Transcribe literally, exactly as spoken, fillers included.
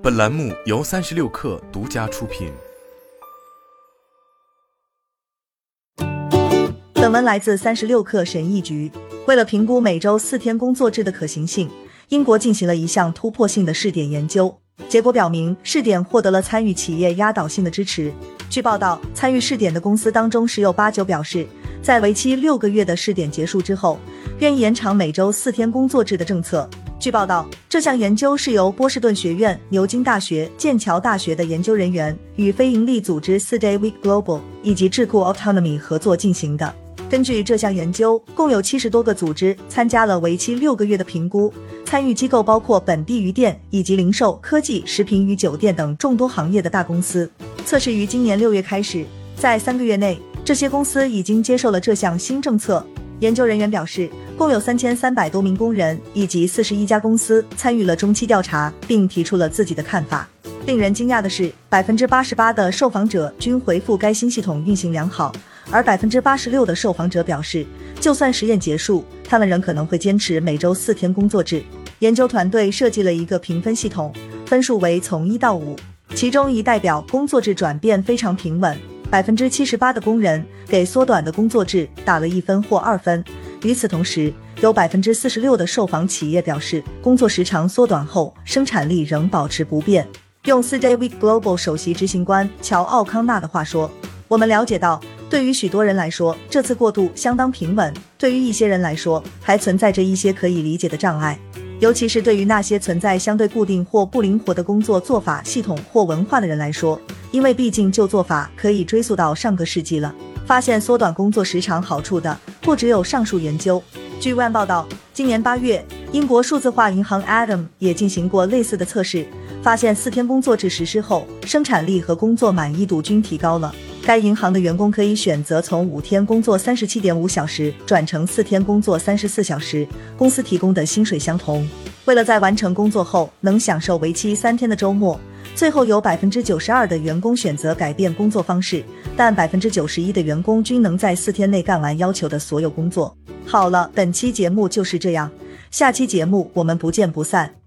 本栏目由三十六氪独家出品。 本文来自三十六氪神译局。为了评估每周四天工作制的可行性，英国进行了一项突破性的试点研究。结果表明，试点获得了参与企业压倒性的支持。据报道，参与试点的公司当中十有八九表示，在为期六个月的试点结束之后，愿意延长每周四天工作制的政策。据报道，这项研究是由波士顿学院、牛津大学、剑桥大学的研究人员与非营利组织 四 day week global 以及智库 Autonomy 合作进行的。根据这项研究，共有七十多个组织参加了为期六个月的评估，参与机构包括本地鱼店以及零售、科技、食品与酒店等众多行业的大公司。测试于今年六月开始，在三个月内，这些公司已经接受了这项新政策。研究人员表示，共有三千三百多名工人以及四十一家公司参与了中期调查，并提出了自己的看法。令人惊讶的是， 百分之八十八 的受访者均回复该新系统运行良好，而 百分之八十六 的受访者表示，就算实验结束，他们仍可能会坚持每周四天工作制。研究团队设计了一个评分系统，分数为从一到五，其中一代表工作制转变非常平稳， 百分之七十八 的工人给缩短的工作制打了一分或二分。与此同时，有 百分之四十六 的受访企业表示，工作时长缩短后，生产力仍保持不变。用四 day week global 首席执行官乔奥康纳的话说，我们了解到，对于许多人来说，这次过渡相当平稳，对于一些人来说，还存在着一些可以理解的障碍，尤其是对于那些存在相对固定或不灵活的工作做法系统或文化的人来说，因为毕竟旧做法可以追溯到上个世纪了。发现缩短工作时长好处的不只有上述研究。据 One 报道，今年八月，英国数字化银行 Adam 也进行过类似的测试，发现四天工作制实施后，生产力和工作满意度均提高了。该银行的员工可以选择从五天工作 三十七点五小时转成四天工作三十四小时，公司提供的薪水相同。为了在完成工作后能享受为期三天的周末，最后有 百分之九十二 的员工选择改变工作方式，但 百分之九十一 的员工均能在四天内干完要求的所有工作。好了，本期节目就是这样，下期节目我们不见不散。